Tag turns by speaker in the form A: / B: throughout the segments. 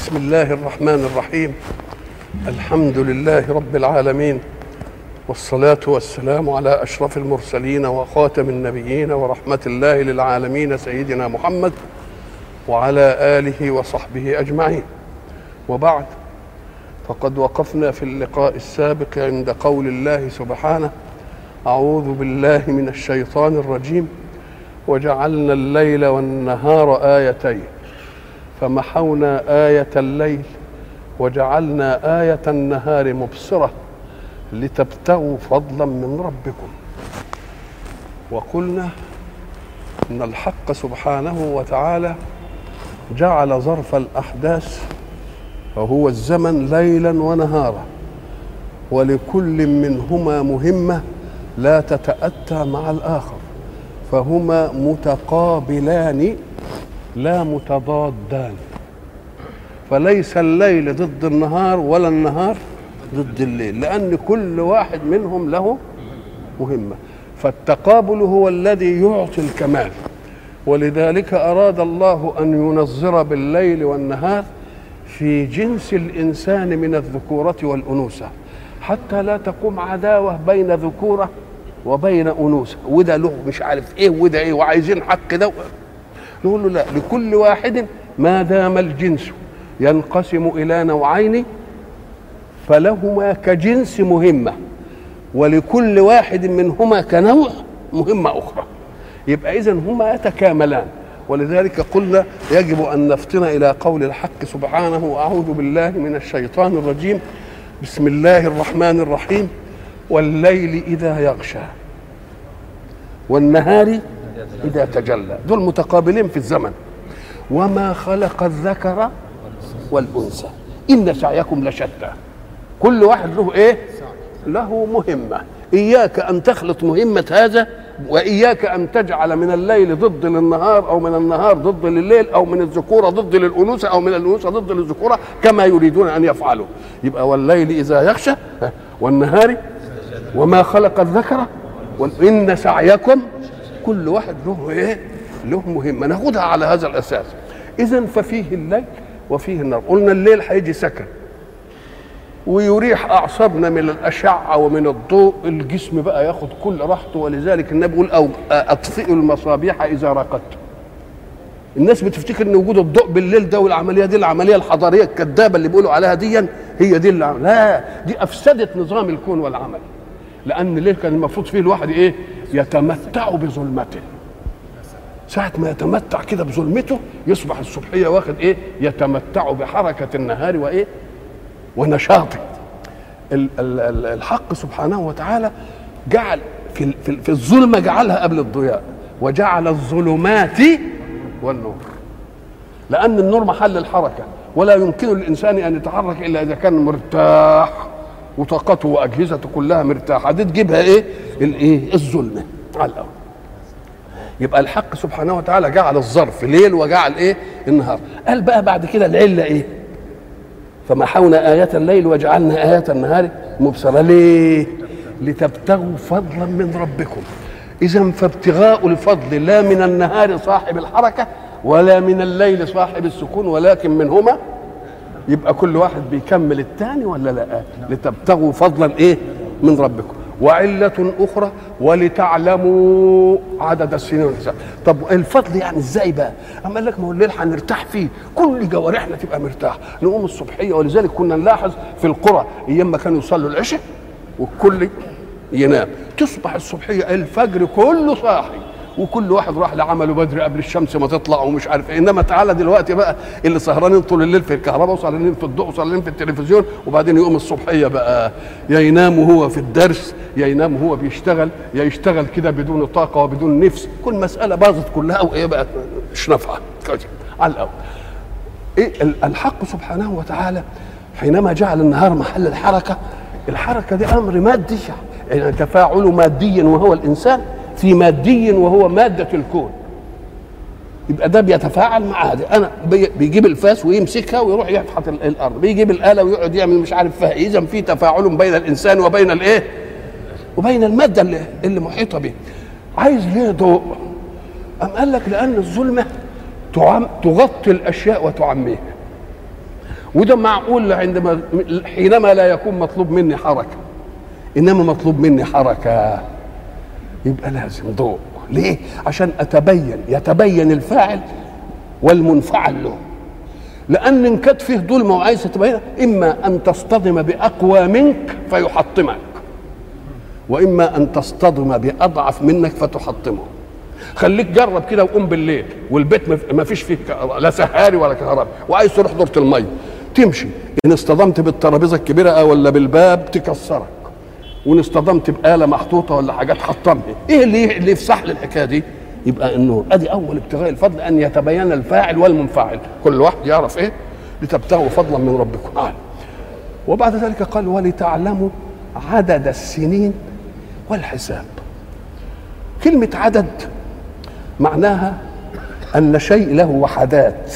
A: بسم الله الرحمن الرحيم. الحمد لله رب العالمين، والصلاة والسلام على أشرف المرسلين وخاتم النبيين ورحمة الله للعالمين سيدنا محمد وعلى آله وصحبه أجمعين. وبعد، فقد وقفنا في اللقاء السابق عند قول الله سبحانه: أعوذ بالله من الشيطان الرجيم: وجعلنا الليل والنهار آيتين فمحونا آية الليل وجعلنا آية النهار مبصرة لتبتغوا فضلا من ربكم. وقلنا إن الحق سبحانه وتعالى جعل ظرف الأحداث وهو الزمن ليلا ونهارا، ولكل منهما مهمة لا تتأتى مع الآخر، فهما متقابلان لا متضادان، فليس الليل ضد النهار ولا النهار ضد الليل، لأن كل واحد منهم له مهمة، فالتقابل هو الذي يعطي الكمال. ولذلك أراد الله أن ينظر بالليل والنهار في جنس الإنسان من الذكورة والأنوثة، حتى لا تقوم عداوة بين ذكورة وبين أنوثة، وده له مش عارف إيه وده إيه وعايزين حق ده. نقول له لا، لكل واحد ما دام الجنس ينقسم إلى نوعين فلهما كجنس مهمة، ولكل واحد منهما كنوع مهمة أخرى، يبقى إذن هما يتكاملان. ولذلك قلنا يجب أن نفطن إلى قول الحق سبحانه: أعوذ بالله من الشيطان الرجيم، بسم الله الرحمن الرحيم: والليل إذا يغشى والنهار إذا تجلى. دول متقابلين في الزمن. وما خلق الذكر والأنثى إن سعيكم لشتى. كل واحد له إيه؟ له مهمة. إياك أن تخلط مهمة هذا، وإياك أن تجعل من الليل ضد للنهار، أو من النهار ضد لليل، أو من الذكورة ضد للأنوثة، أو من الأنوثة ضد للذكورة، كما يريدون أن يفعلوا. يبقى والليل إذا يغشى والنهار وما خلق الذكر وإن سعيكم، كل واحد له ايه؟ له مهمه، ناخدها على هذا الاساس. اذا ففيه الليل وفيه النهار. قلنا الليل هيجي سكن ويريح اعصابنا من الاشعه ومن الضوء، الجسم بقى ياخد كل راحته. ولذلك النبي يقول: او اطفئوا المصابيح اذا رقدتم. الناس بتفتكر ان وجود الضوء بالليل ده والعمليه دي العمليه الحضاريه الكذابه اللي بيقولوا عليها دي هي دي اللي لا، دي افسدت نظام الكون والعمل. لان الليل كان المفروض فيه الواحد ايه؟ يتمتع بظلمته. ساعة ما يتمتع كده بظلمته يصبح الصبحية واخد ايه؟ يتمتع بحركة النهار وايه؟ ونشاطه. الحق سبحانه وتعالى جعل في الظلمة جعلها قبل الضياء، وجعل الظلمات والنور، لأن النور محل الحركة، ولا يمكن للإنسان أن يتحرك إلا إذا كان مرتاح وطاقته واجهزته كلها مرتاحه. دي تجيبها ايه؟ الايه؟ الظلمه على الاول. يبقى الحق سبحانه وتعالى جعل الظرف ليل وجعل ايه؟ النهار. قال بقى بعد كده العله ايه؟ فمحونا آية الليل وجعلنا آية النهار مبصرة. ليه؟ لتبتغوا فضلا من ربكم. إذا فابتغاء الفضل لا من النهار صاحب الحركة ولا من الليل صاحب السكون، ولكن منهما. يبقى كل واحد بيكمل الثاني ولا لا؟ لتبتغوا فضلا ايه؟ من ربكم. وعلة أخرى: ولتعلموا عدد السنين والحساب. طب الفضل يعني ازاي بقى؟ أما قال لك ما هو الليل هنرتاح فيه، كل جوارحنا تبقى مرتاح، نقوم الصبحية. ولذلك كنا نلاحظ في القرى أيام ما كانوا يصلوا العشاء والكل ينام، تصبح الصبحية الفجر كله صاحي، وكل واحد راح لعمله بدري قبل الشمس ما تطلع ومش عارف ايه. انما تعالى دلوقتي بقى اللي سهرانين طول الليل في الكهرباء وسهرانين في الضوء وسهرانين في التلفزيون، وبعدين يقوم الصبحيه بقى يا ينام وهو في الدرس، يا ينام وهو بيشتغل، يا يشتغل كده بدون طاقه وبدون نفس. كل مساله باظت كلها، وايه بقى؟ مش نافعه على الاول. ايه الحق سبحانه وتعالى حينما جعل النهار محل الحركه، الحركه دي امر مادي، يعني تفاعل مادي وهو الانسان في مادي وهو مادة الكون. يبقى ده بيتفاعل مع ده. أنا بيجيب الفاس ويمسكها ويروح يفحط الأرض، بيجيب الآلة ويقعد يعمل مش عارف فيها. إذا في تفاعل بين الإنسان وبين الإيه؟ وبين المادة اللي محيطة به. عايز ليه ضوء؟ أم قال لك لأن الظلمة تغطي الأشياء وتعميها، وده معقول حينما لا يكون مطلوب مني حركه، انما مطلوب مني حركه يبقى لازم ضوء. ليه؟ عشان يتبين الفاعل والمنفعل له. لان ان كانت فيه ظلمه وعايز تتبين، اما ان تصطدم باقوى منك فيحطمك، واما ان تصطدم باضعف منك فتحطمه. خليك جرب كده وقوم بالليل والبيت ما فيش فيه لا سهاري ولا كهرباء، وعايز تروح دورة الميه تمشي، ان اصطدمت بالترابيزه الكبيره ولا بالباب تكسرك، وان اصطدمت بآلة محطوطه ولا حاجات حطمها. ايه اللي يفسح لي الحكايه دي؟ يبقى النور. ادي اول ابتغاء الفضل، ان يتبين الفاعل والمنفعل، كل واحد يعرف ايه. لتبتغوا فضلا من ربكم. وبعد ذلك قال ولتعلموا عدد السنين والحساب. كلمه عدد معناها ان شيء له وحدات،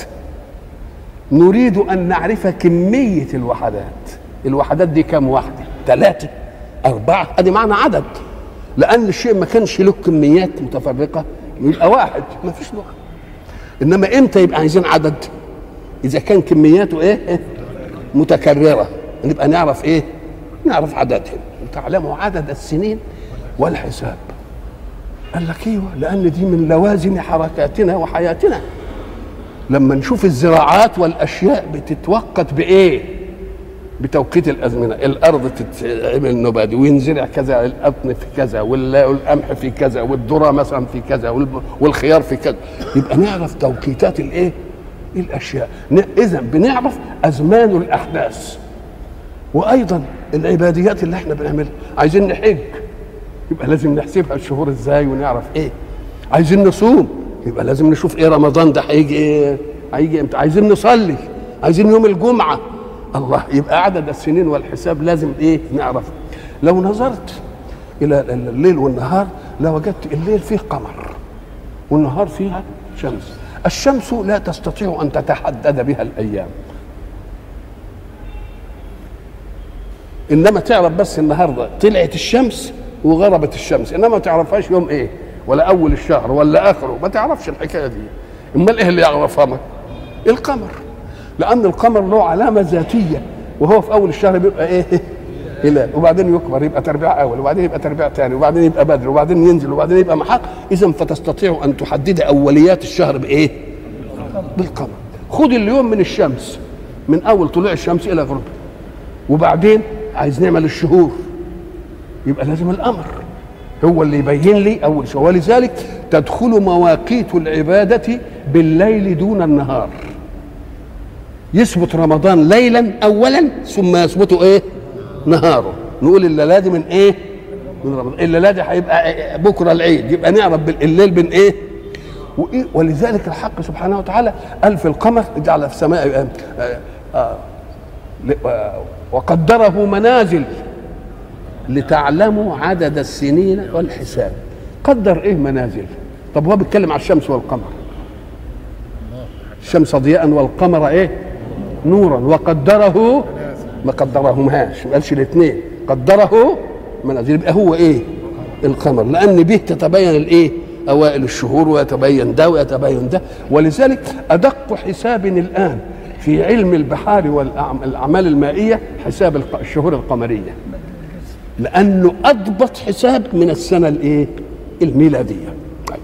A: نريد ان نعرف كميه الوحدات دي كم واحده؟ 3 4، ادي معنى عدد. لان الشيء ما كانش له كميات متفرقه يبقى واحد، ما فيش له. انما امتى يبقى عايزين عدد؟ اذا كان كمياته ايه متكرره، نبقى نعرف ايه؟ نعرف عددهم. تعلموا عدد السنين والحساب. قال لك ايوه، لان دي من لوازم حركاتنا وحياتنا. لما نشوف الزراعات والاشياء بتتوقت بايه؟ بتوقيت الازمنه. الارض تتعمل نبات وينزرع كذا، القطن في كذا، والقمح في كذا، والذره مثلا في كذا، والخيار في كذا. يبقى نعرف توقيتات الايه؟ الاشياء. اذا بنعرف ازمان الاحداث. وايضا العباديات اللي احنا بنعملها، عايزين نحج يبقى لازم نحسبها الشهور ازاي ونعرف ايه. عايزين نصوم يبقى لازم نشوف ايه رمضان ده هيجي امتى. عايزين نصلي، عايزين يوم الجمعه، الله. يبقى عدد السنين والحساب لازم ايه؟ نعرف. لو نظرت الى الليل والنهار لوجدت الليل فيه قمر والنهار فيها شمس. الشمس لا تستطيع ان تتحدد بها الايام، انما تعرف بس النهارده طلعت الشمس وغربت الشمس، انما ما تعرفهاش يوم ايه ولا اول الشهر ولا اخره، ما تعرفش الحكايه دي. امال ايه اللي يعرفها؟ القمر. لان القمر له علامه ذاتيه، وهو في اول الشهر بيبقى ايه؟ هلال، وبعدين يكبر يبقى تربيع اول، وبعدين يبقى تربيع ثاني، وبعدين يبقى بدر، وبعدين ينزل، وبعدين يبقى محاق. اذا فتستطيع ان تحدد اوليات الشهر بايه؟ بالقمر. خد اليوم من الشمس، من اول طلوع الشمس الى غروبها، وبعدين عايز نعمل الشهور يبقى لازم القمر هو اللي يبين لي اول شهر. ولذلك تدخل مواقيت العباده بالليل دون النهار. يثبت رمضان ليلا اولا ثم يثبت ايه؟ نهاره. نقول الليله دي من ايه؟ من رمضان. الليله دي هيبقى بكره العيد، يبقى نعرف الليل بين ايه وايه. ولذلك الحق سبحانه وتعالى قال في القمر جعل في السماء وقدره منازل لتعلموا عدد السنين والحساب. قدر ايه منازل؟ طب هو بيتكلم على الشمس والقمر. الشمس ضياء والقمر ايه؟ نورا. وقدره ما قدرهمهاش، ما قالش الاثنين، قدره منازل. يبقى هو ايه؟ القمر، لان به تتبين الايه؟ اوائل الشهور، ويتبين ده ويتبين ده. ولذلك ادق حساب الان في علم البحار والاعمال المائيه حساب الشهور القمريه، لانه اضبط حساب من السنه الايه؟ الميلاديه.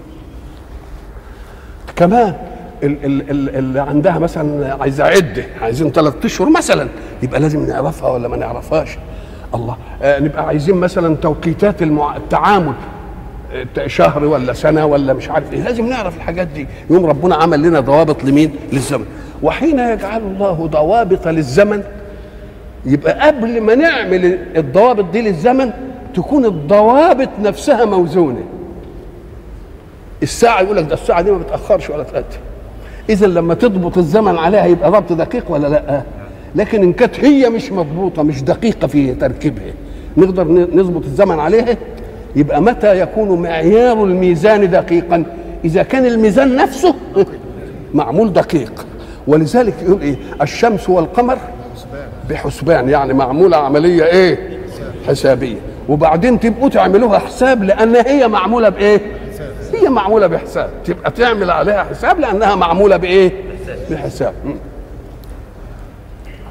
A: كمان اللي عندها مثلا عايزه عده، عايزين 3 اشهر مثلا، يبقى لازم نعرفها ولا ما نعرفهاش؟ الله. نبقى عايزين مثلا توقيتات التعامل، شهر ولا سنه ولا مش عارف ايه، لازم نعرف الحاجات دي. يوم ربنا عمل لنا ضوابط لمين؟ للزمن. وحين يجعل الله ضوابط للزمن، يبقى قبل ما نعمل الضوابط دي للزمن تكون الضوابط نفسها موزونه. الساعه يقول لك ده الساعه دي ما بتاخرش ولا تقدم، اذا لما تضبط الزمن عليها يبقى ضبط دقيق ولا لا؟ لكن ان كانت هي مش مضبوطه، مش دقيقه في تركيبها، نقدر نضبط الزمن عليها؟ يبقى متى يكون معيار الميزان دقيقا؟ اذا كان الميزان نفسه معمول دقيق. ولذلك يقول ايه؟ الشمس والقمر بحسبان، يعني معموله عمليه ايه؟ حسابيه. وبعدين تبقوا تعملوها حساب لان هي معموله بايه؟ هي معموله بحساب، تبقى تعمل عليها حساب لانها معموله بايه؟ بحساب.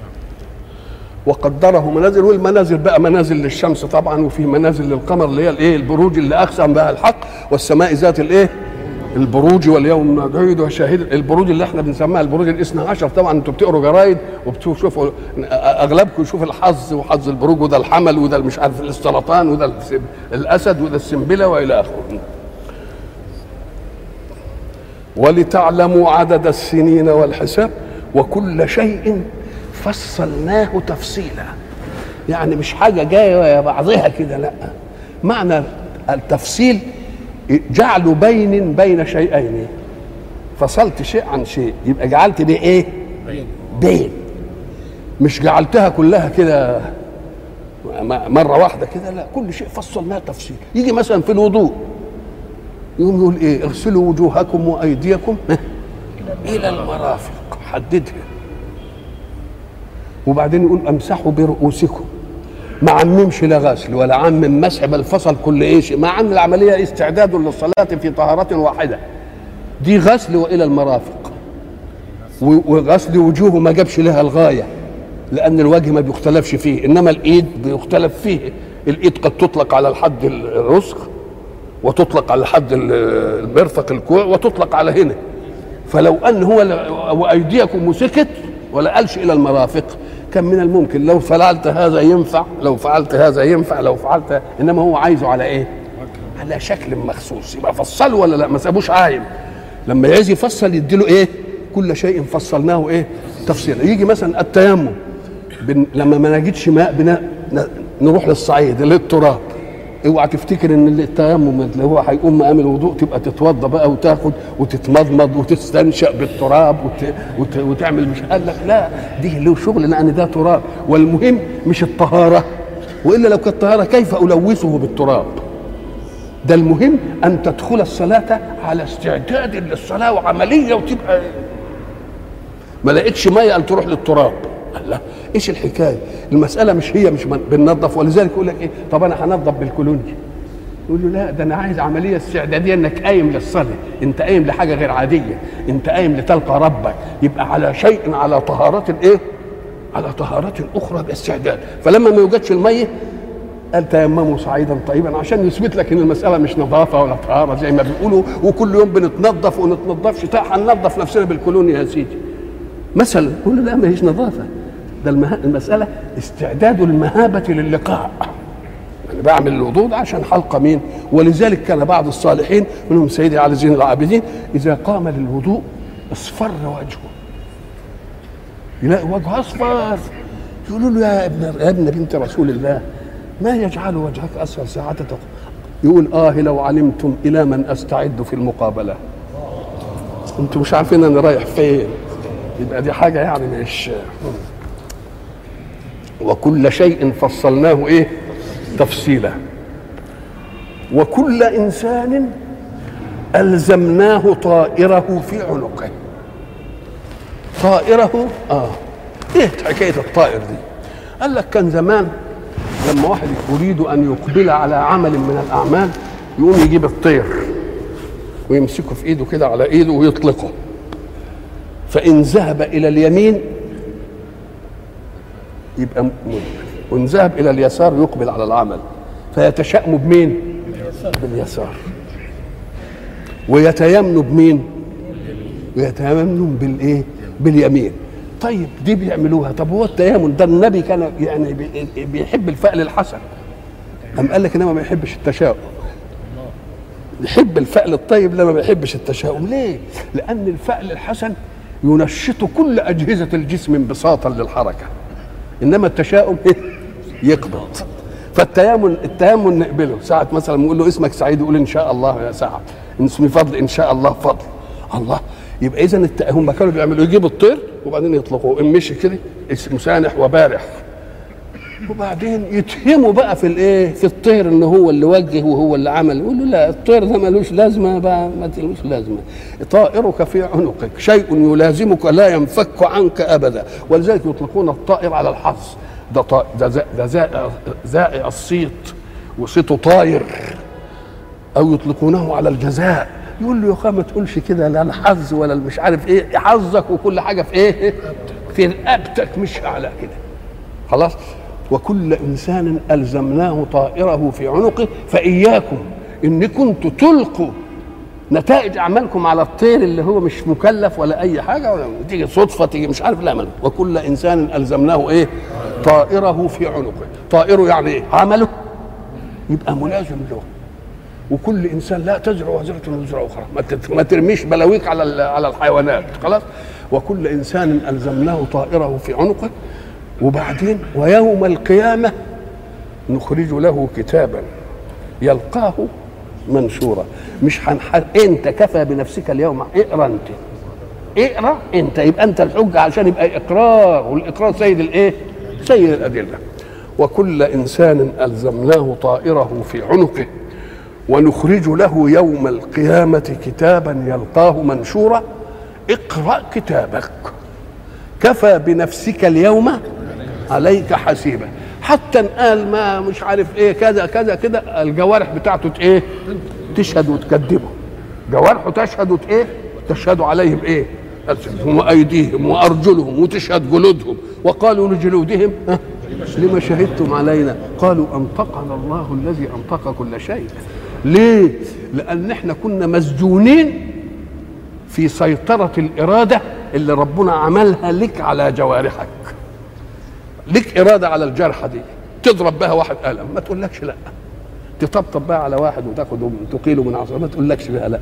A: وقدره منازل، والمنازل بقى منازل للشمس طبعا، وفي منازل للقمر اللي هي الايه البروج اللي اقسم بها الحق، والسماء ذات الايه البروج واليوم موعود وشاهد. البروج اللي احنا بنسميها البروج الاثنى عشر، طبعا انتوا بتقروا جرايد وبتشوفوا اغلبكم يشوف الحظ وحظ البروج، وده الحمل وده مش عارف السرطان وده الاسد وده السنبله والى اخره. ولتعلموا عدد السنين والحساب وكل شيء فصلناه تفصيلا. يعني مش حاجه جايه بعضها كده، لا، معنى التفصيل جعل بين شيئين، فصلت شيء عن شيء، يبقى جعلت دي ايه بين، مش جعلتها كلها كده مره واحده كده، لا، كل شيء فصلناه تفصيل. يجي مثلا في الوضوء يقوم يقول ايه اغسلوا وجوهكم وايديكم الى المرافق، حددها. وبعدين يقول امسحوا برؤوسكم، ما عممش لا غسل ولا عمم مسح، بل فصل كل ايش، مع ان العمليه استعداد للصلاه في طهاره واحده، دي غسل والى المرافق. وغسل وجوه ما جابش لها الغايه، لان الوجه ما بيختلفش فيه، انما الايد بيختلف فيه. الايد قد تطلق على الحد الرسغ، وتطلق على حد المرفق الكوع، وتطلق على هنا. فلو ان هو وايديكم وسكت ولا قالش الى المرافق، كان من الممكن لو فعلت هذا ينفع، لو فعلت هذا ينفع، لو فعلت، انما هو عايزه على ايه؟ على شكل مخصوص. يبقى فصله ولا لا؟ ما سابوش عايم. لما يعايز يفصل يديله ايه؟ كل شيء فصلناه ايه؟ تفصيلا. يجي مثلا التيمم، لما ما نجدش ماء نروح للصعيد للتراب. اوعى تفتكر ان التيمم اللي هو هيقوم مقام الوضوء تبقى تتوضا بقى وتاخد وتتمضمض وتستنشق بالتراب وتعمل، مش قال لك لا، دي له شغل، لان ده تراب. والمهم مش الطهاره، والا لو كانت طهاره كيف الوثه بالتراب؟ ده المهم ان تدخل الصلاه على استعداد للصلاه وعمليه، وتبقى ما لقيتش ميه قال تروح للتراب. لا، ايش الحكايه؟ المساله مش بننظف، ولذلك يقول لك ايه؟ طب انا هنظف بالكولونجي. يقول له لا، ده انا عايز عمليه استعداديه، انك قايم للصلاه، انت قايم لحاجه غير عاديه، انت قايم لتلقى ربك، يبقى على شيء، على طهاره ايه؟ على طهاره اخرى باستعداد. فلما ما يوجدش الميه قال تيمموا صعيدا طيبا، عشان يثبت لك ان المساله مش نظافه ولا طهاره زي ما بيقولوا، وكل يوم بنتنظف ونتنظفش. هننظف نفسنا بالكولونيا يا سيدي مثلا. يقول له لا، ما هيش نظافه، ده المساله استعداد المهابه للقاء. يعني بعمل الوضوء ده عشان حلقه مين؟ ولذلك كان بعض الصالحين منهم سيدي علي زين العابدين اذا قام للوضوء اصفر وجهه، يلاقي وجهه اصفر، يقولوا له يا ابن بنت رسول الله، ما يجعل وجهك اصفر ساعتك؟ يقول لو علمتم الى من استعد في المقابله، انتم مش عارفين انا رايح فين. يبقى دي حاجه يعني مش. وكل شيء فصلناه ايه؟ تفصيلا. وكل انسان الزمناه طائره في عنقه. طائره ايه حكايه الطائر دي؟ قال لك كان زمان لما واحد يريد ان يقبل على عمل من الاعمال يقوم يجيب الطير ويمسكه في ايده كده على ايده ويطلقه، فان ذهب الى اليمين يبقى وان ذهب الى اليسار يقبل على العمل، فيتشأم بمين؟ باليسار. ويتيمن بمين؟ ويتيمن بالايه؟ باليمين. طيب دي بيعملوها. طب هو التيمن ده النبي كان يعني بيحب الفأل الحسن، أم قال لك انما ما يحبش التشاؤم، يحب الفأل الطيب لما ما يحبش التشاؤم. ليه؟ لأن الفأل الحسن ينشط كل أجهزة الجسم انبساطا للحركة، إنما التشاؤم يقبض. فالتيمن نقبله ساعة مثلا نقول له اسمك سعيد يقول إن شاء الله يا سعد، اسمي فضل إن شاء الله فضل. الله، يبقى إذا هم كانوا بيعملوا يجيبوا الطير وبعدين يطلقوه، مشي كده اسمه سانح وبارح، وبعدين يتهموا بقى في الايه؟ في الطير ان هو اللي وجه وهو اللي عمل. يقول له لا، الطير ده ملوش لازمه بقى، ما تلوش لازمه. طائرك في عنقك، شيء يلازمك لا ينفك عنك ابدا. ولذلك يطلقون الطائر على الحظ. ده زائع الصيت وصيته طاير، او يطلقونه على الجزاء. يقول له يا اخي ما تقولش كده، لا الحظ ولا مش عارف ايه، حظك وكل حاجه في ايه؟ في رقبتك، مش اعلى كده. خلاص. وكل انسان الزمناه طائره في عنقه فاياكم ان كنتوا تلقوا نتائج اعمالكم على الطير اللي هو مش مكلف ولا اي حاجه، ولا تيجي صدفه تيجي مش عارف. لا، وكل انسان الزمناه ايه؟ طائره في عنقه. طائره يعني ايه؟ عمله يبقى ملازم له. وكل انسان لا تزرع وزرة وزر اخرى، ما ترميش بلاويك على الحيوانات. خلاص. وكل انسان الزمناه طائره في عنقه. وبعدين ويوم القيامه نخرج له كتابا يلقاه منشورا. مش انت كفى بنفسك اليوم، اقرا انت يبقى انت الحجه، عشان يبقى اقرار، والاقرار سيد الايه؟ سيد الادله. وكل انسان الزمناه طائره في عنقه ونخرج له يوم القيامه كتابا يلقاه منشورا. اقرا كتابك كفى بنفسك اليوم عليك حسيبا. حتى قال ما مش عارف ايه كذا كذا كده، الجوارح بتاعته ايه؟ تشهد وتكذبه. جوارحه تشهد ايه؟ تشهد عليهم ايه؟ ألسنتهم وايديهم وارجلهم، وتشهد جلودهم. وقالوا لجلودهم لما شهدتم علينا؟ قالوا انطقنا الله الذي انطق كل شيء. ليه؟ لان احنا كنا مسجونين في سيطرة الإرادة اللي ربنا عملها لك على جوارحك. لك إرادة على الجرحة دي، تضرب بها واحد قلم ما تقولكش لا، تطبطب بها على واحد وتاخده تقيله من عصا ما تقولكش بها لا،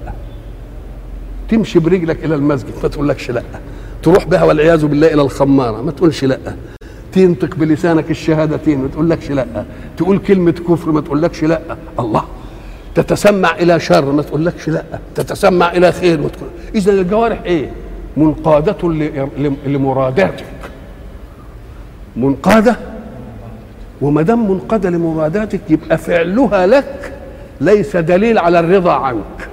A: تمشي برجلك إلى المسجد ما تقولكش لا، تروح بها والعياذ بالله إلى الخمارة ما تقولش لا، تنطق بلسانك الشهادتين ما تقولكش لا، تقول كلمة كفر ما تقولكش لا. الله. تتسمع إلى شر ما تقولكش لا، تتسمع إلى خير ما تقول. إذا الجوارح إيه؟ منقادة لمراداتك، منقادة. وما دام منقادة لمراداتك يبقى فعلها لك ليس دليل على الرضا عنك،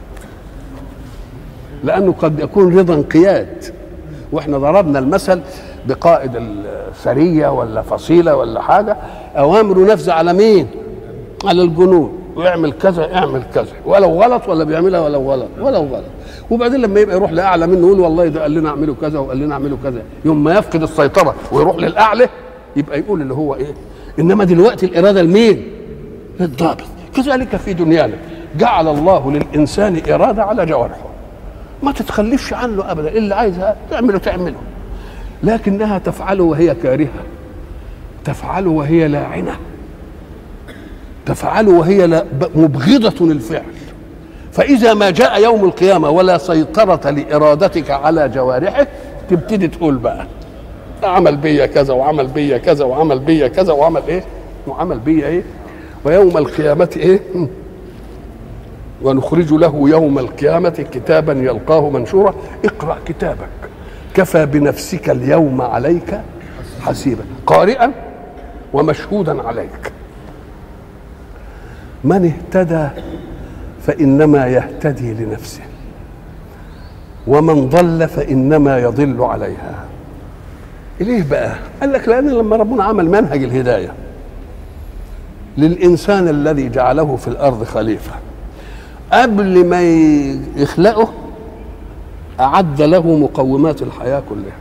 A: لأنه قد يكون رضا انقياد. واحنا ضربنا المثل بقائد السرية ولا فصيلة ولا حاجة، أوامره نفذ على مين؟ على الجنود، ويعمل كذا اعمل كذا، ولو غلط ولا بيعملها ولو غلط. وبعدين لما يبقى يروح لاعلى منه يقول والله ده قال لنا اعملوا كذا وقال لنا اعملوا كذا، يوم ما يفقد السيطره ويروح للاعلى يبقى يقول اللي هو ايه. انما دلوقتي الاراده لمين؟ للضابط. كذلك في دنيانا جعل الله للانسان اراده على جوارحه ما تتخلفش عنه ابدا، اللي عايزها تعمله، لكنها تفعله وهي كارهه، تفعله وهي لاعنه، تفعله وهي مبغضة للفعل. فإذا ما جاء يوم القيامة ولا سيطرة لإرادتك على جوارحك تبتدي تقول بقى عمل بيا كذا وعمل بيا كذا وعمل بيا كذا وعمل ايه وعمل بيا ايه. ويوم القيامة ايه؟ ونخرج له يوم القيامة كتابا يلقاه منشورا. اقرأ كتابك كفى بنفسك اليوم عليك حسيبا، قارئا ومشهودا عليك. من اهتدى فإنما يهتدي لنفسه، ومن ضل فإنما يضل عليها. ليه بقى؟ قال لك لأن لما ربنا عمل منهج الهداية للإنسان الذي جعله في الأرض خليفة، قبل ما يخلقه أعد له مقومات الحياة كلها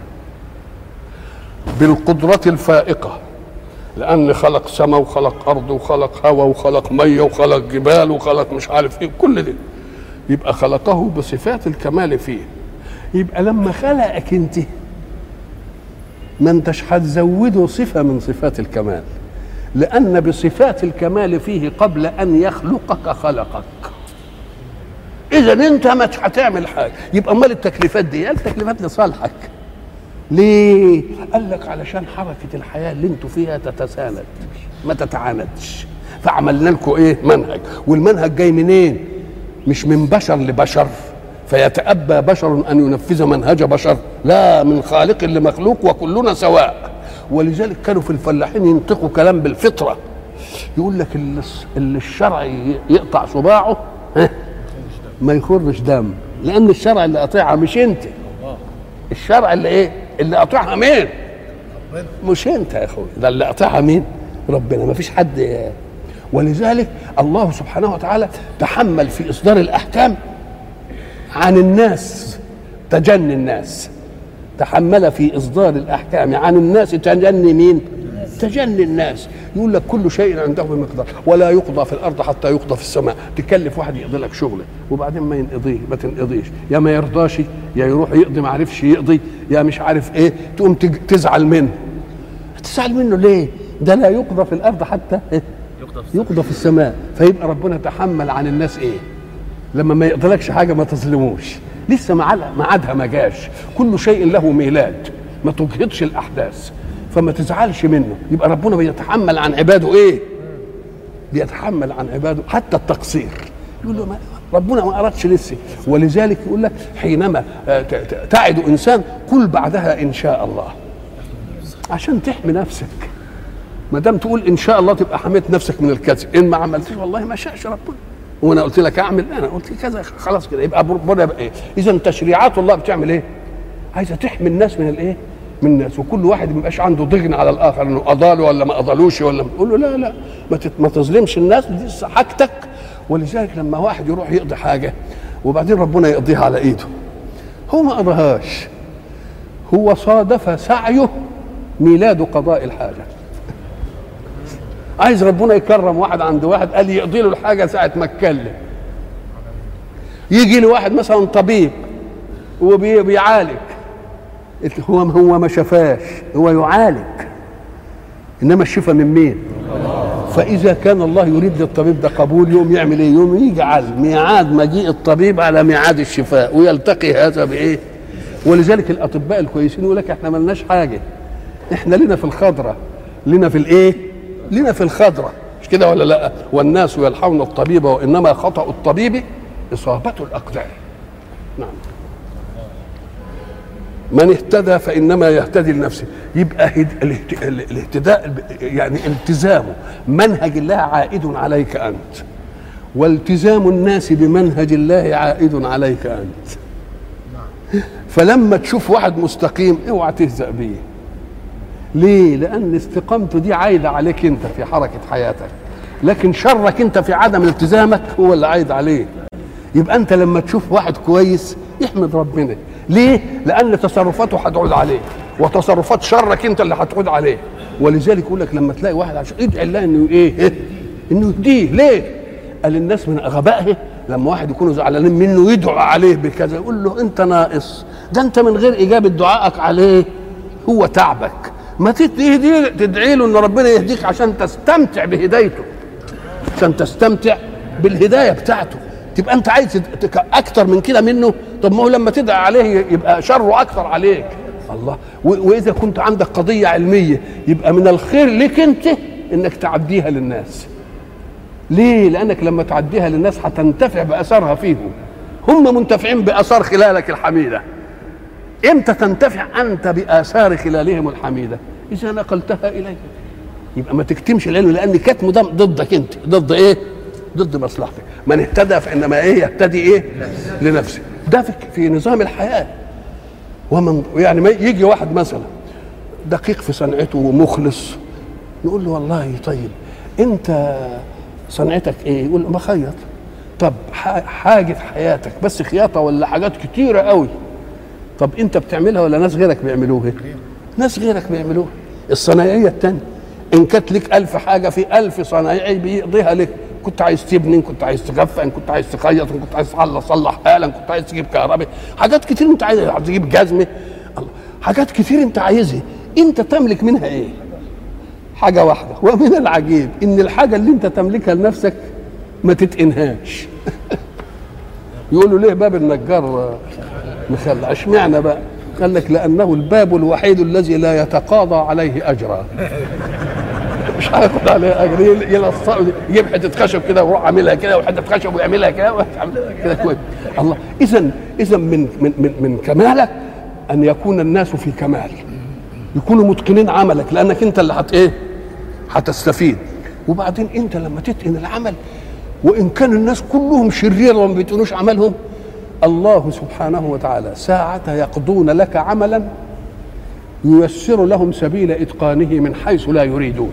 A: بالقدرة الفائقة، لأن خلق سماء وخلق أرض وخلق هواء وخلق مية وخلق جبال وخلق مش عارف إيه، كل ده يبقى خلقه بصفات الكمال فيه. يبقى لما خلقك أنت ما أنتش هتزوده صفة من صفات الكمال، لأن بصفات الكمال فيه قبل أن يخلقك خلقك. إذا أنت ما هتعمل حاجة، يبقى أمال التكليفات دي؟ التكليفات لصالحك. ليه؟ قال لك علشان حركة الحياة اللي انتوا فيها تتساند ما تتعاندش، فعملنا لكم ايه؟ منهج. والمنهج جاي منين؟ مش من بشر لبشر فيتأبى بشر ان ينفذ منهج بشر، لا، من خالق لمخلوق وكلنا سواء. ولذلك كانوا في الفلاحين ينطقوا كلام بالفطرة، يقول لك اللي الشرع يقطع صباعه ما يخرج دم، لان الشرع اللي قاطعها مش انت، الشرع اللي ايه؟ اللي قاطعها مين؟ مش انت يا اخوي، ده اللي قاطعها مين؟ ربنا، ما فيش حد. ولذلك الله سبحانه وتعالى تحمل في اصدار الاحكام عن الناس تجني الناس، تحمل في اصدار الاحكام عن الناس تجني مين؟ تجني الناس. يقول لك كل شيء عنده بمقدار، ولا يقضى في الارض حتى يقضى في السماء. تكلف واحد يقضي لك شغله وبعدين ما ينقضيه، ما تنقضيش، يا ما يرضاش يا يروح يقضي ما عرفش يقضي، يا مش عارف ايه، تقوم تزعل منه. تزعل منه ليه؟ ده لا يقضى في الارض حتى يقضى في السماء. فيبقى ربنا تحمل عن الناس ايه؟ لما ما يقضلكش حاجه ما تظلموش، لسه ميعادها ما جاش. كل شيء له ميلاد، ما تجهضش الاحداث، فما تزعلش منه. يبقى ربنا بيتحمل عن عباده ايه؟ بيتحمل عن عباده حتى التقصير. يقول له ربنا ما ارادش لسه. ولذلك يقول لك حينما تعد انسان قل بعدها ان شاء الله، عشان تحمي نفسك. ما دام تقول ان شاء الله تبقى حميت نفسك من الكذب. ان ما عملتش والله ما شاءش ربنا، وانا قلت لك اعمل، انا قلت كذا خلاص كده، يبقى ربنا يبقى ايه؟ اذا تشريعات الله بتعمل ايه؟ عايزه تحمي الناس من الايه؟ من الناس. وكل واحد ما يبقاش عنده ضغن على الاخر انه اضاله ولا ما اضالوش، ولا تقول له لا لا ما تظلمش الناس، دي حاجتك. ولذلك لما واحد يروح يقضي حاجه وبعدين ربنا يقضيها على ايده، هو ما قضاهاش، هو صادف سعيه ميلاد قضاء الحاجه. عايز ربنا يكرم واحد عند واحد قال يقضي له الحاجه ساعه ما اتكلم. يجي له واحد مثلا طبيب وبيعالج، هو ما شفاش، هو يعالج، انما الشفاء من مين؟ فاذا كان الله يريد للطبيب ده قبول، يوم يعمل ايه؟ يوم يجعل ميعاد مجيء الطبيب على ميعاد الشفاء، ويلتقي هذا بايه؟ ولذلك الاطباء الكويسين يقول لك احنا ملناش حاجه، احنا لنا في الخضره، لنا في الايه؟ لنا في الخضره، مش كده ولا لا؟ والناس يلحون الطبيب وانما خطأ الطبيب اصابته الاقدار. نعم. من اهتدى فانما يهتدي لنفسه. يبقى الاهتداء يعني التزام منهج الله عائد عليك انت، والتزام الناس بمنهج الله عائد عليك انت. فلما تشوف واحد مستقيم اوعى تهزأ بيه. ليه؟ لان استقامته دي عايده عليك انت في حركه حياتك، لكن شرك انت في عدم التزامك هو اللي عايد عليه. يبقى انت لما تشوف واحد كويس احمد ربنا. ليه؟ لان تصرفاته هتعود عليه، وتصرفات شرك انت اللي هتعود عليه. ولذلك يقول لك لما تلاقي واحد عشان ادعي الله انه ايه؟ انه يهديه. ليه؟ قال الناس من غبائه لما واحد يكونوا زعلانين منه يدعو عليه بكذا، يقول له انت ناقص، ده انت من غير اجابه دعائك عليه هو تعبك. ما تدعي له ان ربنا يهديك عشان تستمتع بهدايته، عشان تستمتع بالهدايه بتاعته. تبقى انت عايز اكتر من كده منه؟ طب ما هو لما تدعي عليه يبقى شره اكتر عليك. الله. واذا كنت عندك قضيه علميه يبقى من الخير لك انت انك تعديها للناس. ليه؟ لانك لما تعديها للناس هتنتفع باثارها فيهم، هم منتفعين باثار خلالك الحميده. امتى تنتفع انت باثار خلالهم الحميده؟ اذا نقلتها اليك. يبقى ما تكتمش العلم، لان كتمه ده ضدك انت، ضد ايه؟ ضد مصلحتك. من اهتدى فانما ايه؟ يهتدي ايه؟ لنفسه. ده في نظام الحياه. ومن يعني ما يجي واحد مثلا دقيق في صنعته ومخلص، نقول له والله طيب انت صنعتك ايه؟ يقول بخيط. طب حاجه في حياتك بس خياطه ولا حاجات كتيره قوي؟ طب انت بتعملها ولا ناس غيرك بيعملوها؟ ناس غيرك بيعملوها. الصنايعيه الثانيه ان كانت لك 1000 حاجه، في 1000 صنايعي بيقضيها لك. كنت عايز تبني، كنت عايز تغفى، كنت عايز تخيط، كنت عايز تصلح آلة، كنت عايز تجيب كهرباء، حاجات كتير انت عايز تجيب جزمه، حاجات كتير انت عايزها. انت تملك منها ايه؟ حاجه واحده. ومن العجيب ان الحاجه اللي انت تملكها لنفسك ما تتقنهاش. يقولوا ليه باب النجار مخلع؟ اشمعنى بقى؟ قال لك لانه الباب الوحيد الذي لا يتقاضى عليه اجرا. مش هياخد عليه اجر، يلصقه، يجيب حته خشب كده ويروح عاملها كده، وحته خشب ويعملها كده كده كويس. الله. اذا من كمالك ان يكون الناس في كمال، يكونوا متقنين عملك، لانك انت اللي هتستفيد. وبعدين انت لما تتقن العمل، وان كان الناس كلهم شرير وما بيتقنوش عملهم، الله سبحانه وتعالى ساعة يقضون لك عملا ييسر لهم سبيل اتقانه من حيث لا يريدون،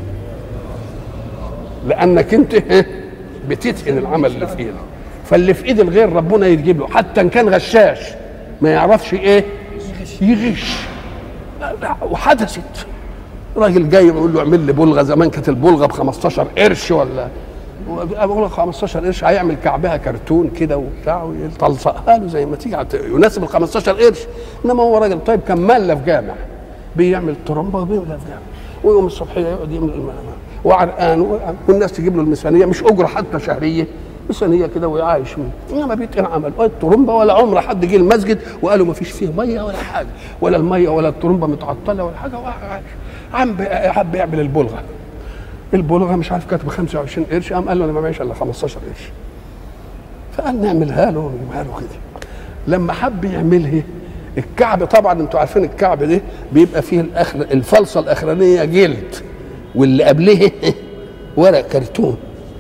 A: لانك انت بتتقن العمل اللي في ايدك. فاللي في ايد الغير ربنا يجيب له، حتى ان كان غشاش ما يعرفش ايه؟ يغش. وحدثت راجل جاي بيقول له اعمل لي بلغه، زمان كانت البلغه ب 15 قرش ولا بقول 15 قرش، هيعمل كعبها كرتون كده وبتاع ويطلصقها له زي ما تيجي يناسب ال 15 قرش. انما هو راجل طيب كان مالة في جامع بيعمل ترمبه وبيملى في جامع، ويوم الصبحيه يقعد يملى وعرقان، والناس تجيب له الميزانيه مش اجره حتى شهريه، ميزانيه كده ويعايش منه. انما بيتقن عمل ولا الترمبه ولا عمره حد جه المسجد وقالوا ما فيش فيه ميه ولا حاجه، ولا الميه ولا الترمبه متعطله ولا حاجه، عم حب يعمل البلغه. البلغه مش عارف كانت ب 25 قرش، قام قال له انا ما معيش الا 15 قرش. فقال نعملها له ونجيبها له كده. لما حب يعملها الكعب، طبعا انتوا عارفين الكعب ده بيبقى فيه الفلصه الاخرانيه جلد، واللي قبلها ورق كرتون.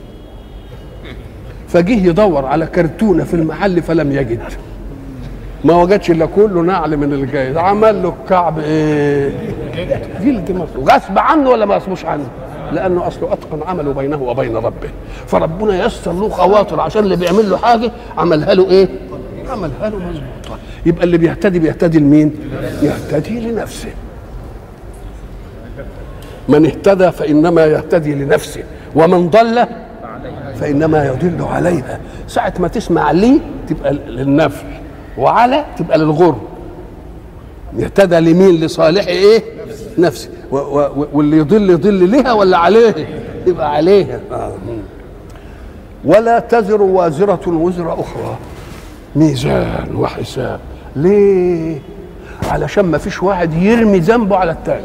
A: فجه يدور على كرتونه في المحل فلم يجد، ما وجدش الا كله نعل من الجيد. عمل له الكعب ايه؟ جلد مصر. غصب عنه ولا ما غصبوش عنه؟ لانه اصله اتقن عمله بينه وبين ربه، فربنا ييسر له خواطر عشان اللي بيعمل له حاجه عملها له ايه؟ عملها له مظبوطه. يبقى اللي بيهتدي لمين؟ يهتدي لنفسه. من اهتدى فانما يهتدي لنفسه، ومن ضل فانما يضل عليها. ساعه ما تسمع لي تبقى للنفع، وعلى تبقى للغر. يهتدى لمين؟ لصالح ايه؟ نفسه. واللي يضل لها ولا عليه؟ يبقى عليها. ولا تزر وازرة وزر أخرى. ميزان وحساب. ليه؟ علشان ما فيش واحد يرمي ذنبه على التاني،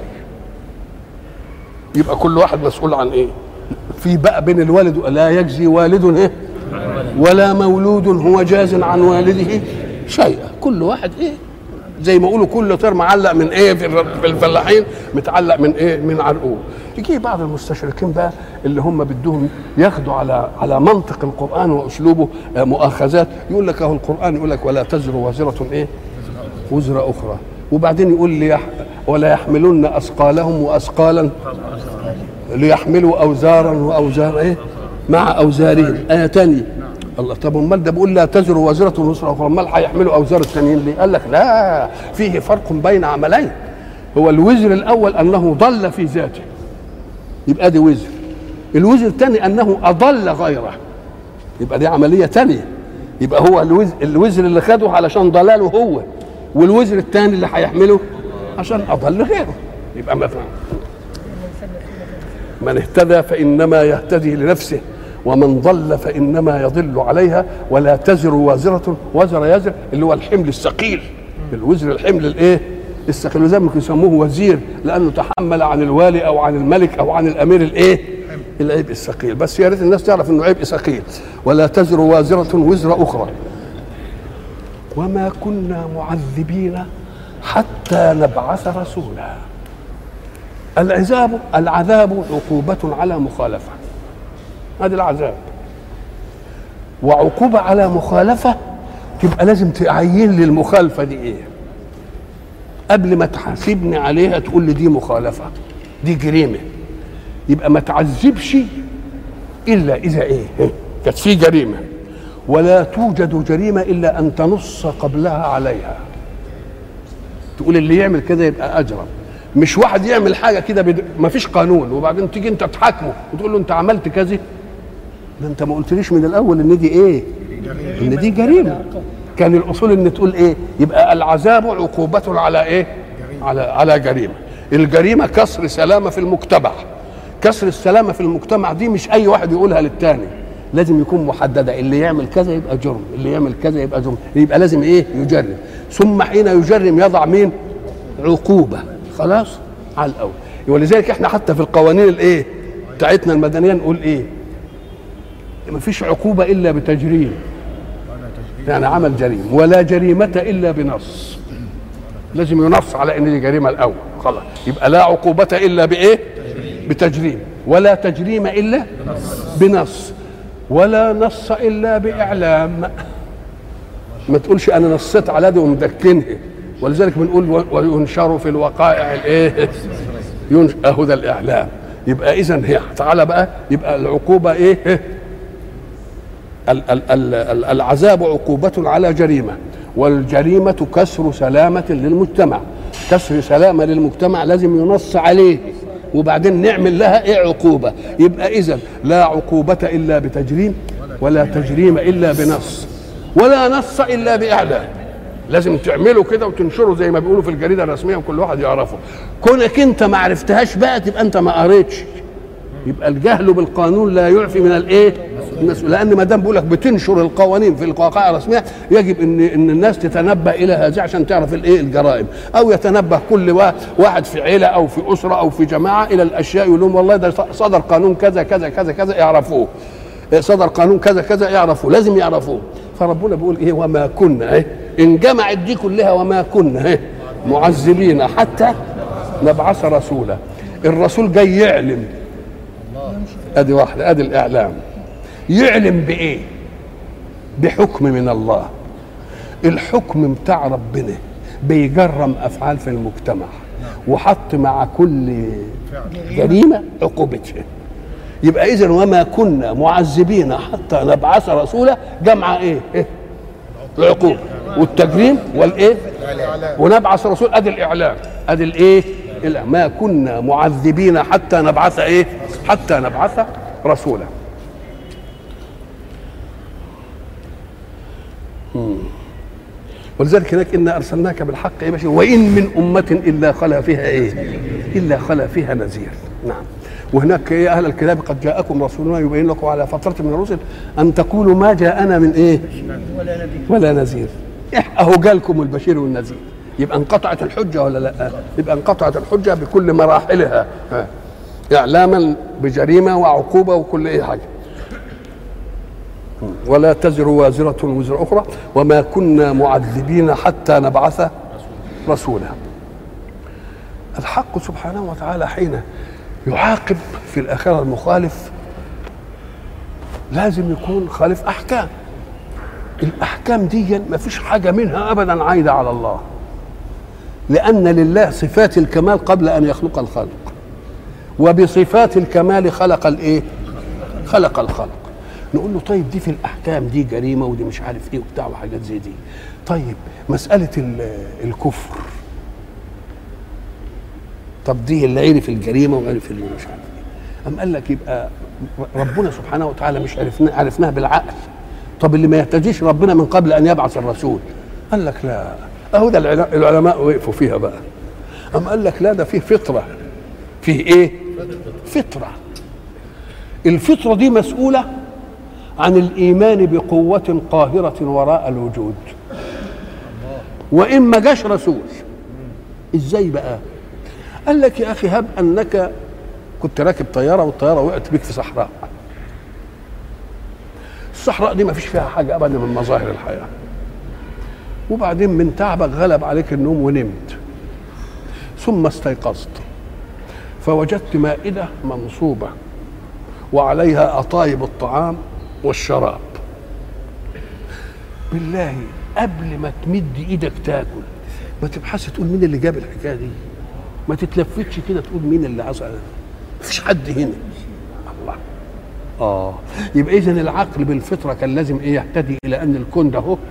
A: يبقى كل واحد مسؤول عن ايه. في بقى بين الوالد، لا يجزي والد ايه ولا مولود هو جاز عن والده شيئا. كل واحد ايه زي ما يقولوا كل طير معلق من ايه في الفلاحين متعلق من ايه؟ من عرقوب. يجي بعض المستشرقين بقى اللي هم بدهم ياخدوا على منطق القران واسلوبه مؤاخذات، يقول لك اهو القران يقول لك ولا تزر وازره ايه؟ وزر اخرى، وبعدين يقول لي ولا يحملن اثقالهم واثقالا ليحملوا اوزارا واوزارا ايه؟ مع اوزارهم. ايه ثانيه الله. طب امال ده بيقول لا تزر وازره وزر اخرى، امال هيحملوا اوزار الثانيين ليه؟ قال لك لا، فيه فرق بين عملين. هو الوزر الاول انه ضل في ذاته، يبقى دي وزر. الوزر الثاني انه اضل غيره، يبقى دي عمليه ثانيه. يبقى هو الوزر اللي خده علشان ضلاله هو، والوزر الثاني اللي هيحمله عشان اضل غيره. يبقى مثلا من اهتدى فانما يهتدي لنفسه، ومن ضل فانما يضل عليها. ولا تزر وازره وزر يزر اللي هو الحمل الثقيل. الوزر الحمل الايه؟ الثقيل. وزي ما يسموه وزير لانه تحمل عن الوالي او عن الملك او عن الامير الايه؟ العبء الثقيل. بس يا ريت الناس تعرف انه عبء ثقيل. ولا تزر وازره وزر اخرى وما كنا معذبين حتى نبعث رسولا. العذاب عقوبة على مخالفة، هذا العذاب. وعقوبة على مخالفة تبقى لازم تعين لي المخالفة دي ايه قبل ما تحاسبني عليها، تقول لي دي مخالفة، دي جريمة. يبقى ما تعذبش إلا إذا ايه كانت في جريمة. ولا توجد جريمة إلا أن تنص قبلها عليها، تقول اللي يعمل كده يبقى أجرم. مش واحد يعمل حاجه كده ما فيش قانون وبعدين تيجي انت تحاكمه وتقول له انت عملت كذا، ده انت ما قلتليش من الاول ان دي ايه؟ ان دي جريمه. كان الاصول ان تقول ايه؟ يبقى العذاب عقوبه على ايه؟ على جريمه. الجريمه كسر سلامه في المجتمع. كسر السلامه في المجتمع دي مش اي واحد يقولها للتاني، لازم يكون محدده. اللي يعمل كذا يبقى جرم، اللي يعمل كذا يبقى جرم. يبقى لازم ايه؟ يجرم. ثم حين يجرم يضع مين؟ عقوبه. خلاص على الاول. ولذلك احنا حتى في القوانين الايه بتاعتنا المدنيه نقول ايه؟ ما فيش عقوبه الا بتجريم، يعني عمل جريمه. ولا جريمه الا بنص، لازم ينص على ان دي جريمه الاول. خلاص يبقى لا عقوبه الا بايه؟ بتجريم. ولا تجريم الا بنص. ولا نص الا باعلام. ما تقولش انا نصيت على دي ومدكنها. ولذلك بنقول وينشر في الوقائع الايه؟ اهو ده الاعلام. يبقى اذا هي تعالى بقى، يبقى العقوبه ايه؟ العذاب عقوبه على جريمه، والجريمه كسر سلامه للمجتمع. كسر سلامه للمجتمع لازم ينص عليه وبعدين نعمل لها ايه عقوبه. يبقى اذا لا عقوبه الا بتجريم، ولا تجريم الا بنص، ولا نص الا باعلام. لازم تعمله كده وتنشره زي ما بيقولوا في الجريده الرسميه وكل واحد يعرفه. كونك انت ما عرفتهاش بقى تبقى انت ما قريتش. يبقى الجهل بالقانون لا يعفي من الايه؟ لان ما دام بيقول لك بتنشر القوانين في الوقائع الرسميه، يجب ان الناس تتنبه الى هذا عشان تعرف الايه الجرائم، او يتنبه كل واحد في عيله او في اسره او في جماعه الى الاشياء، يقول لهم والله ده صدر قانون كذا كذا كذا كذا يعرفوه، صدر قانون كذا كذا يعرفوه، لازم يعرفوه. فربنا بيقول ايه؟ وما كنا ايه ان جمعت دي كلها، وما كنا ايه معذبين حتى نبعث رسولا. الرسول جاي يعلم، ادي واحده، ادي الاعلام. يعلم بايه؟ بحكم من الله. الحكم بتاع ربنا بيجرم افعال في المجتمع، وحط مع كل جريمه عقوبتها. يبقى اذا وما كنا معذبين حتى نبعث رسولا، جمع ايه؟ العقوبه والتجريم والايه؟ ونبعث رسول، ادي الاعلام، ادي الايه؟ ما كنا معذبين حتى نبعث ايه؟ حتى نبعث رسولا. ولذلك هناك إنا أرسلناك بالحق يا بشر وإن من أمة إلا خلا فيها إيه؟ إلا خلا فيها نذير. نعم. وهناك يا أهل الكتاب قد جاءكم رسولنا يبين لكم على فترة من الرسل أن تقولوا ما جاءنا من إيه؟ ولا نذير. أهو جالكم البشير والنذير. يبقى انقطعت الحجة ولا لا؟ يبقى انقطعت الحجة بكل مراحلها، إعلاما بجريمة وعقوبة وكل أي حاجة. ولا تزر وازرة وزر أخرى وما كنا معذبين حتى نبعث رسولا. الحق سبحانه وتعالى حين يعاقب في الآخرة المخالف لازم يكون خالف أحكام. الأحكام دي ما فيش حاجة منها أبدا عايدة على الله، لأن لله صفات الكمال قبل أن يخلق الخلق، وبصفات الكمال خلق الإيه؟ خلق الخلق. نقول له طيب دي في الأحكام دي جريمة ودي مش عارف إيه وبتاع وحاجات زي دي. طيب مسألة الكفر، طب دي اللي عرف الجريمة وعرف اللي مش عارف إيه. أم قال لك يبقى ربنا سبحانه وتعالى مش عرفناها بالعقل. طب اللي ما يهتديش ربنا من قبل أن يبعث الرسول، قال لك لا، أهو ده العلماء وقفوا فيها بقى. أم قال لك لا، ده فيه فطرة. فيه إيه؟ فطرة. الفطرة دي مسؤولة عن الإيمان بقوة قاهرة وراء الوجود، وإن ما جاش رسول. إزاي بقى؟ قال لك يا أخي هب أنك كنت راكب طيارة والطيارة وقعت بك في صحراء. الصحراء دي ما فيش فيها حاجة أبدا من مظاهر الحياة، وبعدين من تعبك غلب عليك النوم ونمت، ثم استيقظت فوجدت مائدة منصوبة وعليها أطايب الطعام والشراب. بالله قبل ما تمد ايدك تاكل ما تبحث تقول مين اللي جاب الحكايه دي، ما تتلفتش كده تقول مين اللي حصل، مفيش حد هنا. الله. يبقى اذا العقل بالفطره كان لازم ايه؟ يهتدي الى ان الكون ده هو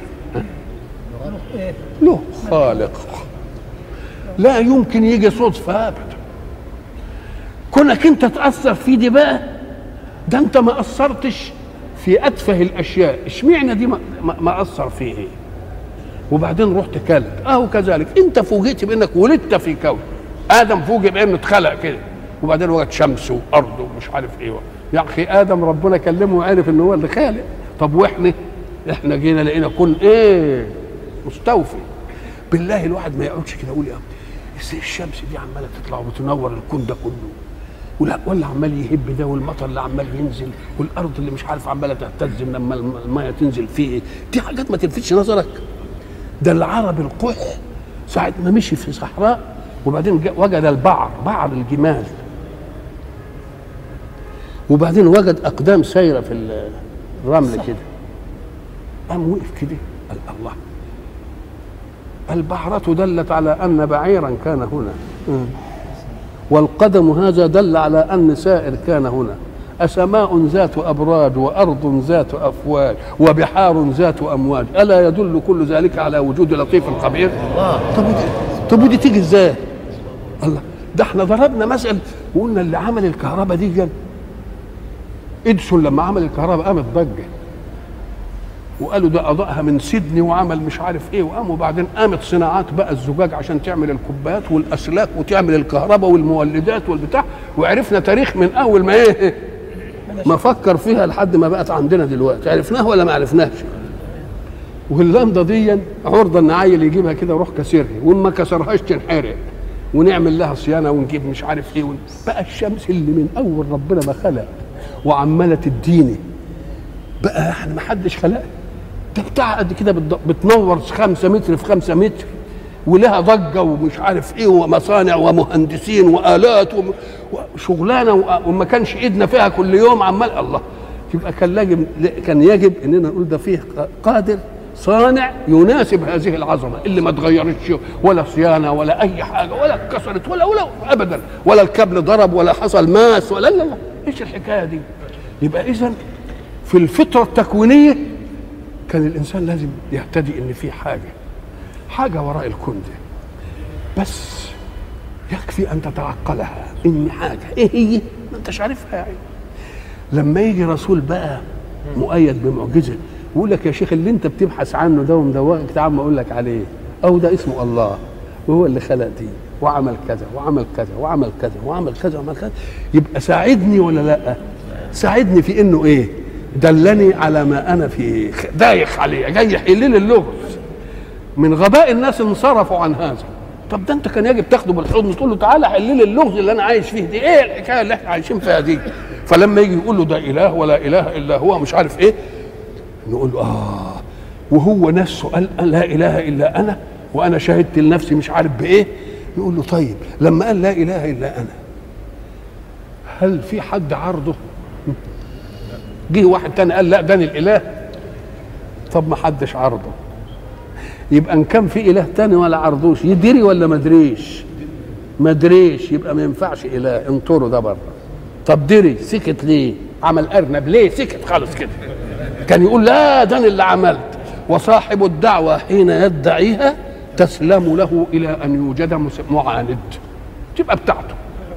A: له خالق، لا يمكن يجي صدفه ابدا. كونك انت تاثر في دي بقى، ده انت ما اثرتش في اتفه الاشياء، اشمعنى دي ما اثر فيه ايه؟ وبعدين رحت كلت. اهو كذلك انت فوجئت بانك ولدت في كون. ادم فوجئ بانه اتخلق كده، وبعدين وجد شمس وارض ومش عارف ايه. يا اخي ادم ربنا كلمه وعرف ان هو اللي خالق. طب واحنا جينا لقينا كون ايه؟ مستوفي. بالله الواحد ما يقعدش كده يقول يا ازاي الشمس دي عماله تطلع وتنور الكون ده كله، ولا عمال يهب ده، والمطر اللي عمال ينزل، والارض اللي مش عارف عماله تهتز لما الميه تنزل فيه. دي حاجات ما تلفتش نظرك. ده العرب القح ساعه ما مشي في صحراء وبعدين وجد البعر، بعر الجمال، وبعدين وجد اقدام سايره في الرمل كده، قام وقف كده قال الله، البحرة دلت على ان بعيرا كان هنا، والقدم هذا دل على ان سائر كان هنا، أسماء ذات أبراج وأرض ذات أفواج وبحار ذات أمواج، ألا يدل كل ذلك على وجود لطيف خبير؟ طب ودي تيجي ازاي؟ الله، ده احنا ضربنا مثل وقلنا اللي عمل الكهرباء دي اديسون لما عمل الكهرباء قامت ضجه، وقالوا ده اضاءها من سيدني وعمل مش عارف ايه، وقاموا بعدين قامت صناعات بقى الزجاج عشان تعمل الكوبايات والاسلاك وتعمل الكهرباء والمولدات والبتاع، وعرفنا تاريخ من اول ما ايه ما فكر فيها لحد ما بقت عندنا دلوقتي. عرفناها ولا ما عرفناش؟ واللمضه دي عرضه ان عيل يجيبها كده ويروح كسرها، وما كسرهاش تنحرق، ونعمل لها صيانه ونجيب مش عارف ايه بقى الشمس اللي من اول ربنا ما خلق وعماله تديني بقى احنا ما حدش خلقها، ده بتاع قد كده بتنور 5 متر في 5 متر، ولها ضجه ومش عارف ايه ومصانع ومهندسين والات وشغلانه، وما كانش ايدنا فيها كل يوم عمال الله. يبقى كان يجب اننا نقول ده فيه قادر صانع يناسب هذه العظمه اللي ما اتغيرتش ولا صيانه ولا اي حاجه ولا اتكسرت ولا ابدا، ولا الكابل ضرب ولا حصل ماس ولا لا. ايش الحكايه دي؟ يبقى اذا في الفطره التكوينيه كان الانسان لازم يهتدي ان في حاجه وراء الكون ده، بس يكفي ان تتعقلها ان حاجه ايه هي ما انتش عارفها يعني. لما يجي رسول بقى مؤيد بمعجزه ويقول لك يا شيخ اللي انت بتبحث عنه ده ومدوقك تعال ما اقول لك عليه، او ده اسمه الله وهو اللي خلق دي وعمل كذا وعمل كذا وعمل كذا وعمل كذا وعمل كذا، يبقى ساعدني ولا لا؟ ساعدني في انه ايه؟ دلني على ما انا في دايخ عليه، جاي يحل لي اللغز. من غباء الناس انصرفوا عن هذا. طب ده انت كان يجب تاخده بالحضن تقول له تعالى حل لي اللغز اللي انا عايش فيه دي، ايه الحكايه اللي احنا عايشين فيها دي؟ فلما يجي يقول له ده اله ولا اله الا هو مش عارف ايه، نقول له وهو نفسه قال لا اله الا انا وانا شهدت لنفسي مش عارف بايه. نقول له طيب لما قال لا اله الا انا هل في حد عارضه؟ جه واحد تاني قال لا ده الاله، طب ما حدش عارضه، يبقى ان كان في اله تاني ولا عرضوش يدري ولا ما دريش؟ ما دريش، يبقى ما ينفعش اله، انطره ده بره. طب دري سكت ليه؟ عمل ارنب ليه؟ سكت خالص كده. كان يقول لا ده انا اللي عملت. وصاحب الدعوه حين يدعيها تسلم له الى ان يوجد معاند، تبقى بتاعته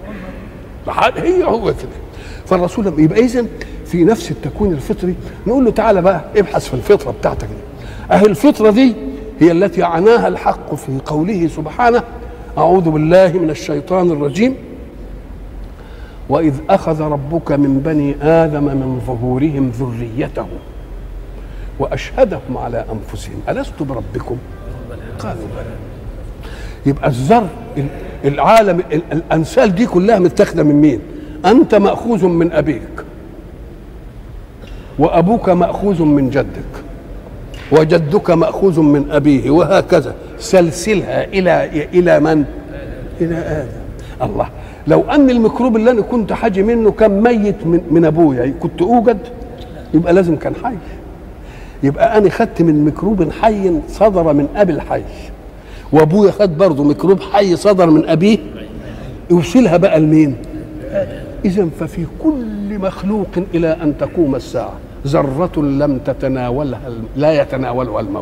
A: هو كده. فالرسول يبقى اذن في نفس التكوين الفطري نقول له تعالى بقى ابحث في الفطره بتاعتك دي. اهي الفطره دي هي التي عناها الحق في قوله سبحانه اعوذ بالله من الشيطان الرجيم واذ اخذ ربك من بني ادم من ظهورهم ذريتهم واشهدهم على انفسهم الست بربكم قالوا بلى. يبقى الذر العالم الانسال دي كلها متاخده من مين؟ انت ماخوذ من ابيك وابوك ماخوذ من جدك وجدك ماخوذ من ابيه وهكذا سلسلها الى من؟ الى ادم. الله، لو ان الميكروب اللي انا كنت حاجي منه كان ميت من ابويا كنت اوجد، يبقى لازم كان حي. يبقى انا خدت من ميكروب حي صدر من ابي الحي، وابويا خد برضه ميكروب حي صدر من ابيه، يوصلها بقى لمين؟ اذا ففي كل مخلوق الى ان تقوم الساعه ذره لم تتناولها لا يتناولها الموت.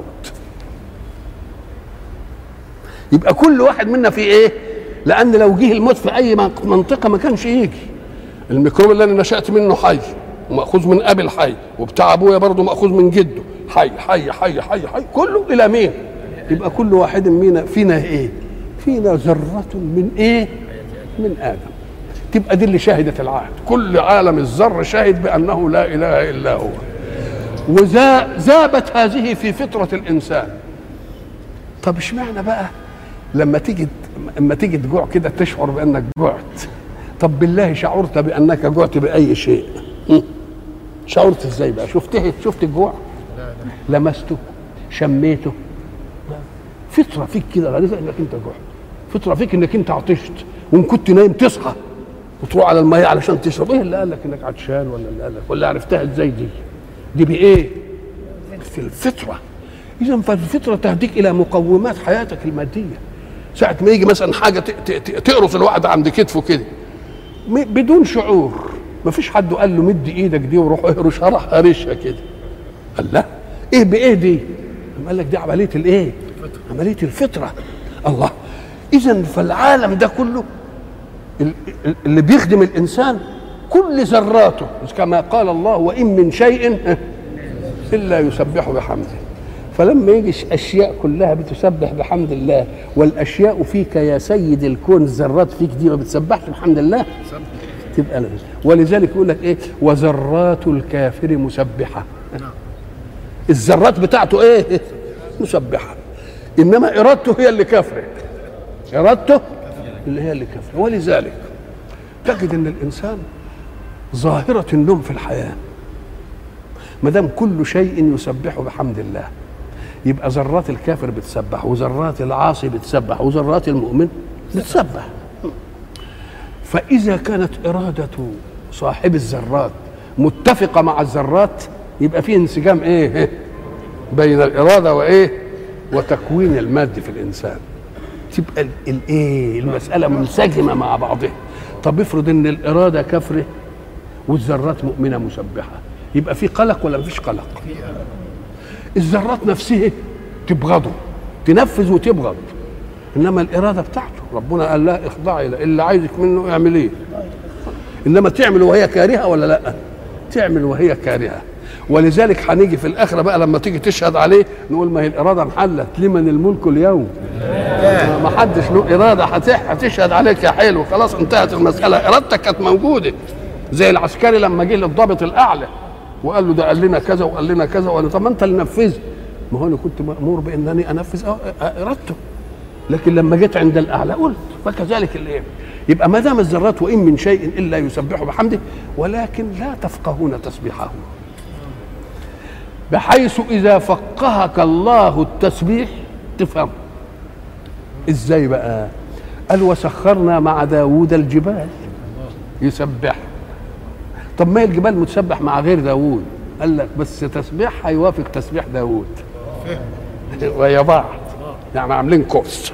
A: يبقى كل واحد منا في ايه؟ لان لو جه الموت في اي منطقه ما كانش يجي. الميكروب اللي انا نشات منه حي وماخوذ من ابي الحي، وبتاع ابويا برضه ماخوذ من جده حي حي حي حي حي، كله الى مين؟ يبقى كل واحد فينا ايه؟ فينا ذره من ايه؟ من ادم. تبقى دي اللي شهدت العهد، كل عالم الذر شهد بانه لا اله الا هو. وذابت هذه في فطره الانسان. طب اشمعنى بقى لما تيجي تجوع كده تشعر بانك جوعت؟ طب بالله شعرت بانك جوعت باي شيء؟ شعرت ازاي بقى؟ شفت الجوع؟ لمسته؟ شميته؟ فطره فيك كده غريزه انك انت جوعت، فطره فيك انك انت عطشت، وان كنت نايم تصحى وتروح على الميه علشان تشرب. ايه اللي قال لك انك عطشان؟ ولا اللي قال لك؟ ولا عرفتها ازاي دي بايه؟ في الفطره. اذا فالفطره تهديك الى مقومات حياتك الماديه. ساعه ما يجي مثلا حاجه تقرص الواحد عند كتفه كده بدون شعور، ما فيش حد قال له مد ايدك دي وروح اهرشها، راح هرشها كده. قال لا ايه بايه دي؟ قال لك دي عمليه الايه؟ عمليه الفطره. الله، اذا فالعالم ده كله اللي بيخدم الانسان كل ذراته، كما قال الله وان من شيء الا يسبح بحمده. فلما يجي اشياء كلها بتسبح بحمد الله، والاشياء فيك يا سيد الكون الذرات فيك دي ما بتسبحش بحمد الله، تبقى لازم. ولذلك يقول لك ايه؟ وذرات الكافر مسبحه. الذرات بتاعته ايه؟ مسبحه. انما ارادته هي اللي كافره، ارادته اللي هي اللي كافره. ولذلك تجد ان الانسان ظاهره النوم في الحياه، ما دام كل شيء يسبح بحمد الله، يبقى ذرات الكافر بتسبح، وذرات العاصي بتسبح، وذرات المؤمن بتسبح. فإذا كانت إرادة صاحب الذرات متفقة مع الذرات، يبقى فيه انسجام ايه؟ بين الإرادة وايه؟ وتكوين المادة في الإنسان. تبقى الايه؟ المسألة منسجمة مع بعضها. طب افرض ان الإرادة كافرة والذرات مؤمنة مسبحة، يبقى في قلق ولا مفيش قلق؟ الذرات نفسها تبغضه، تنفذ وتبغض، انما الاراده بتاعته ربنا قال لا اخضعي اللي عايزك منه اعمل ايه. انما تعمل وهي كارهه ولا لا؟ تعمل وهي كارهه. ولذلك هنيجي في الاخره بقى لما تيجي تشهد عليه نقول ما هي الاراده انحلت، لمن الملك اليوم؟ ما حدش له اراده هتشهد عليك يا حلو، خلاص انتهت المساله، ارادتك كانت موجوده. زي العسكري لما جه للضابط الاعلى وقال له ده قال لنا كذا وقال لنا كذا، وقال له طب ما انت اللي نفذت. ما هو انا كنت مامور بانني انفذ ارادته، لكن لما جيت عند الاعلى قلت. فكذلك الايه؟ يبقى ما دام الذرات وان من شيء الا يسبح بحمده ولكن لا تفقهون تسبيحه، بحيث اذا فقهك الله التسبيح تفهم. ازاي بقى؟ قال وسخرنا مع داوود الجبال يسبح. طب ما هي الجبال متسبح مع غير داوود؟ قال لك بس تسبيحها يوافق تسبيح داوود ويا بعض، يعني عاملين كورس.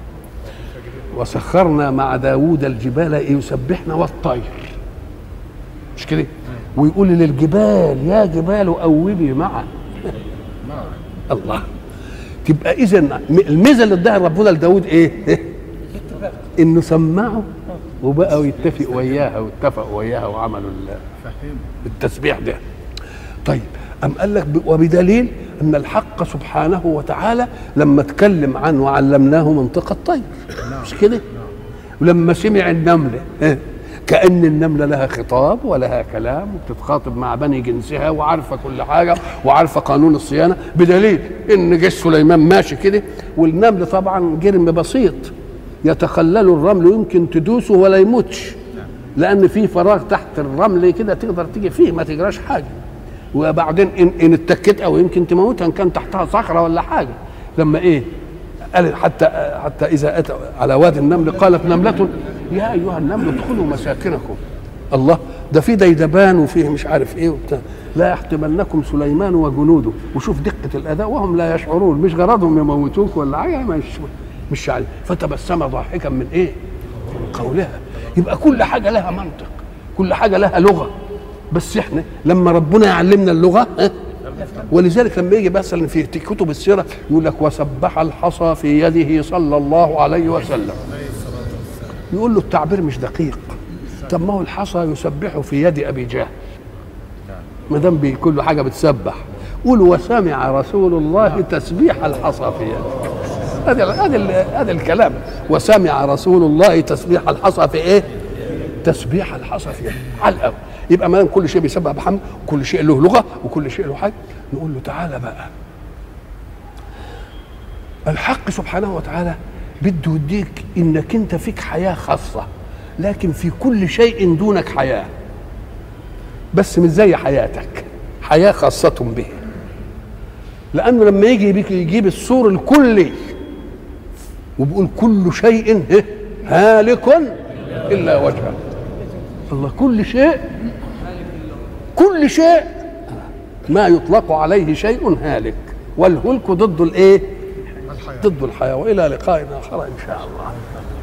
A: وسخرنا مع داوود الجبال يسبحنا والطير، مش كده؟ ويقول للجبال يا جبال أوبي معه الله. تبقى إذن الميزة اللي اداها ربنا لداوود إيه؟ إنه سمعه وبقوا يتفق وياها واتفقوا وياها وعملوا التسبيح ده. طيب أم قال لك وبدليل أن الحق سبحانه وتعالى لما اتكلم عنه وعلمناه منطق الطير، مش كده؟ ولما سمع النملة كأن النملة لها خطاب ولها كلام وبتتخاطب مع بني جنسها وعارفة كل حاجة وعارفة قانون الصيانة، بدليل إن جيش سليمان ماشي كده والنمل طبعا جرم بسيط يتخلل الرمل ويمكن تدوسه ولا يموتش، لأن في فراغ تحت الرمل كده تقدر تيجي فيه ما تجراش حاجة. وبعدين ان اتكت او يمكن تموتها ان كان تحتها صخره ولا حاجه. لما ايه قال حتى اذا اتى على وادي النمل قالت نمله يا ايها النمل ادخلوا مساكنكم. الله، ده في ديدبان وفيه مش عارف ايه وبتاع. لا يحتملنكم سليمان وجنوده. وشوف دقه الاداء وهم لا يشعرون، مش غرضهم يموتوك ولا حاجه، مش يعني. فتبسم ضاحكا من ايه؟ من قولها. يبقى كل حاجه لها منطق، كل حاجه لها لغه، بس احنا لما ربنا يعلمنا اللغه ولذلك لما يجي مثلا في كتب السيره يقول لك وسبح الحصى في يده صلى الله عليه وسلم، يقول له التعبير مش دقيق. طب ما هو الحصى يسبح في يد ابي جهل، ما دام كل حاجه بتسبح. قول وسمع رسول الله تسبيح الحصى في يده. هذا الكلام. وسمع رسول الله تسبيح الحصى في ايه؟ تسبيح الحصى في يده. على الاول يبقى ما كل شيء بيسبح بحمد، كل شيء له لغه وكل شيء له حاجه. نقول له تعالى بقى، الحق سبحانه وتعالى بده يديك انك انت فيك حياه خاصه، لكن في كل شيء دونك حياه، بس مش زي حياتك، حياه خاصه به. لانه لما يجي بيك يجيب السور الكلي وبيقول كل شيء هالك الا وجهه. الله، كل شيء ما يطلق عليه شيء هالك، والهلك ضد الايه؟ ضد الحياه. والى لقاء اخر ان شاء الله.